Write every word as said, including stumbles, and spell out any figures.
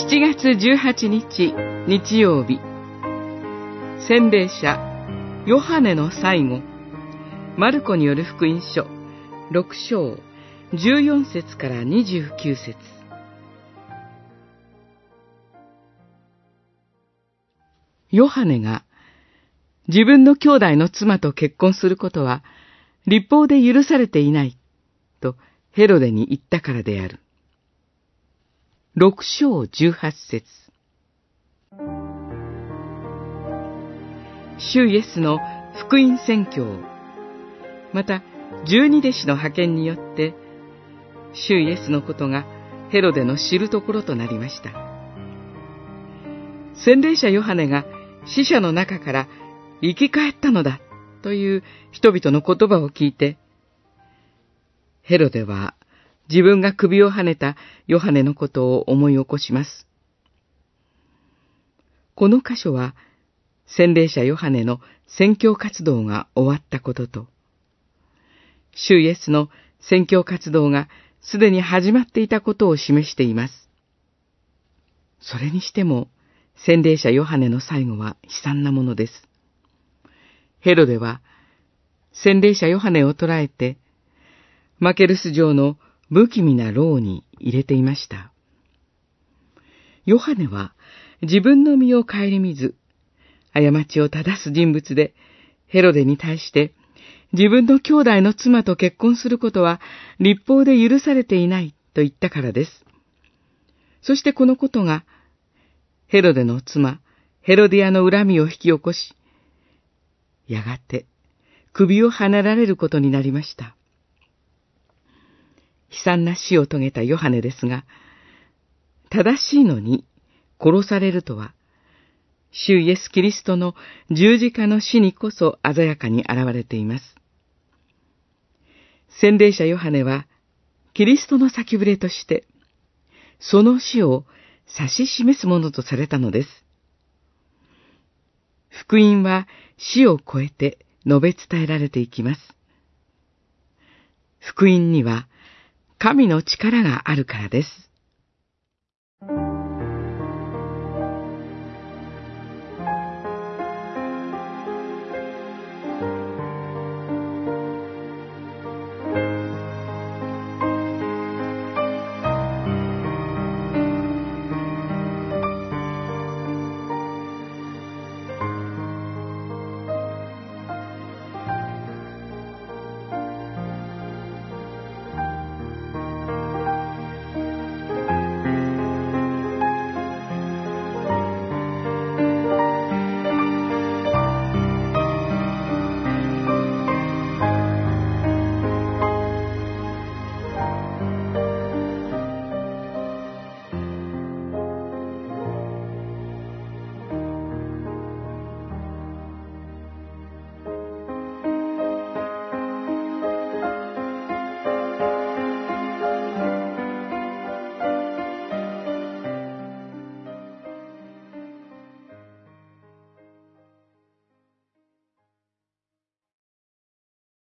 しちがつじゅうはちにち日曜日、洗礼者ヨハネの最後、マルコによる福音書ろく章じゅうよん節からにじゅうきゅう節。ヨハネが自分の兄弟の妻と結婚することは律法で許されていないとヘロデに言ったからである。ろく章じゅうはち節。主イエスの福音宣教、また十二弟子の派遣によって主イエスのことがヘロデの知るところとなりました。洗礼者ヨハネが死者の中から生き返ったのだという人々の言葉を聞いて、ヘロデは自分が首をはねたヨハネのことを思い起こします。この箇所は洗礼者ヨハネの宣教活動が終わったことと、主イエスの宣教活動がすでに始まっていたことを示しています。それにしても洗礼者ヨハネの最後は悲惨なものです。ヘロデは洗礼者ヨハネを捕らえてマケルス城の不気味な牢に入れていました。ヨハネは自分の身を顧みず、過ちを正す人物で、ヘロデに対して自分の兄弟の妻と結婚することは律法で許されていないと言ったからです。そしてこのことがヘロデの妻ヘロディアの恨みを引き起こし、やがて首をはねられることになりました。悲惨な死を遂げたヨハネですが、正しいのに殺されるとは、主イエス・キリストの十字架の死にこそ鮮やかに現れています。洗礼者ヨハネは、キリストの先触れとして、その死を指し示すものとされたのです。福音は死を超えて述べ伝えられていきます。福音には、神の力があるからです。